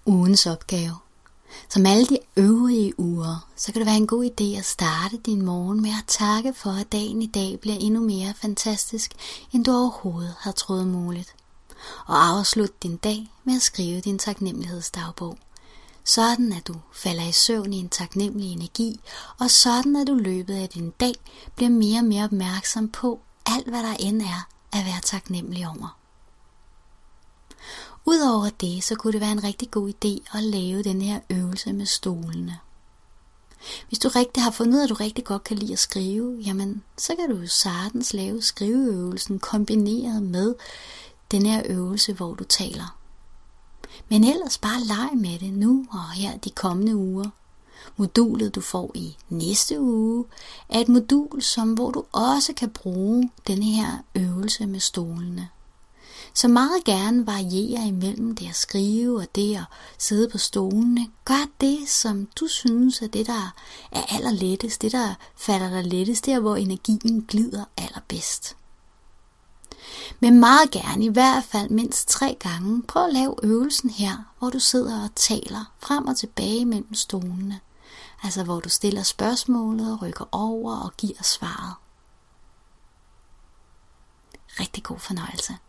ugens opgave. Som alle de øvrige uger, så kan det være en god idé at starte din morgen med at takke for, at dagen i dag bliver endnu mere fantastisk, end du overhovedet har troet muligt. Og afslut din dag med at skrive din taknemmelighedsdagbog. Sådan at du falder i søvn i en taknemmelig energi, og sådan at du løbet af din dag bliver mere og mere opmærksom på alt, hvad der end er at være taknemmelig over. Udover det, så kunne det være en rigtig god idé at lave den her øvelse med stolene. Hvis du rigtig har fundet ud af, at du rigtig godt kan lide at skrive, jamen så kan du jo sagtens lave skriveøvelsen kombineret med den her øvelse, hvor du taler. Men ellers bare leg med det nu og her de kommende uger. Modulet du får i næste uge er et modul, hvor du også kan bruge denne her øvelse med stolene. Så meget gerne variere imellem det at skrive og det at sidde på stolene. Gør det, som du synes er det, der er allerlettest, det der falder dig lettest, der hvor energien glider allerbedst. Men meget gerne, i hvert fald mindst 3 gange, prøv at lave øvelsen her, hvor du sidder og taler frem og tilbage mellem stolene. Altså hvor du stiller spørgsmålet og rykker over og giver svaret. Rigtig god fornøjelse.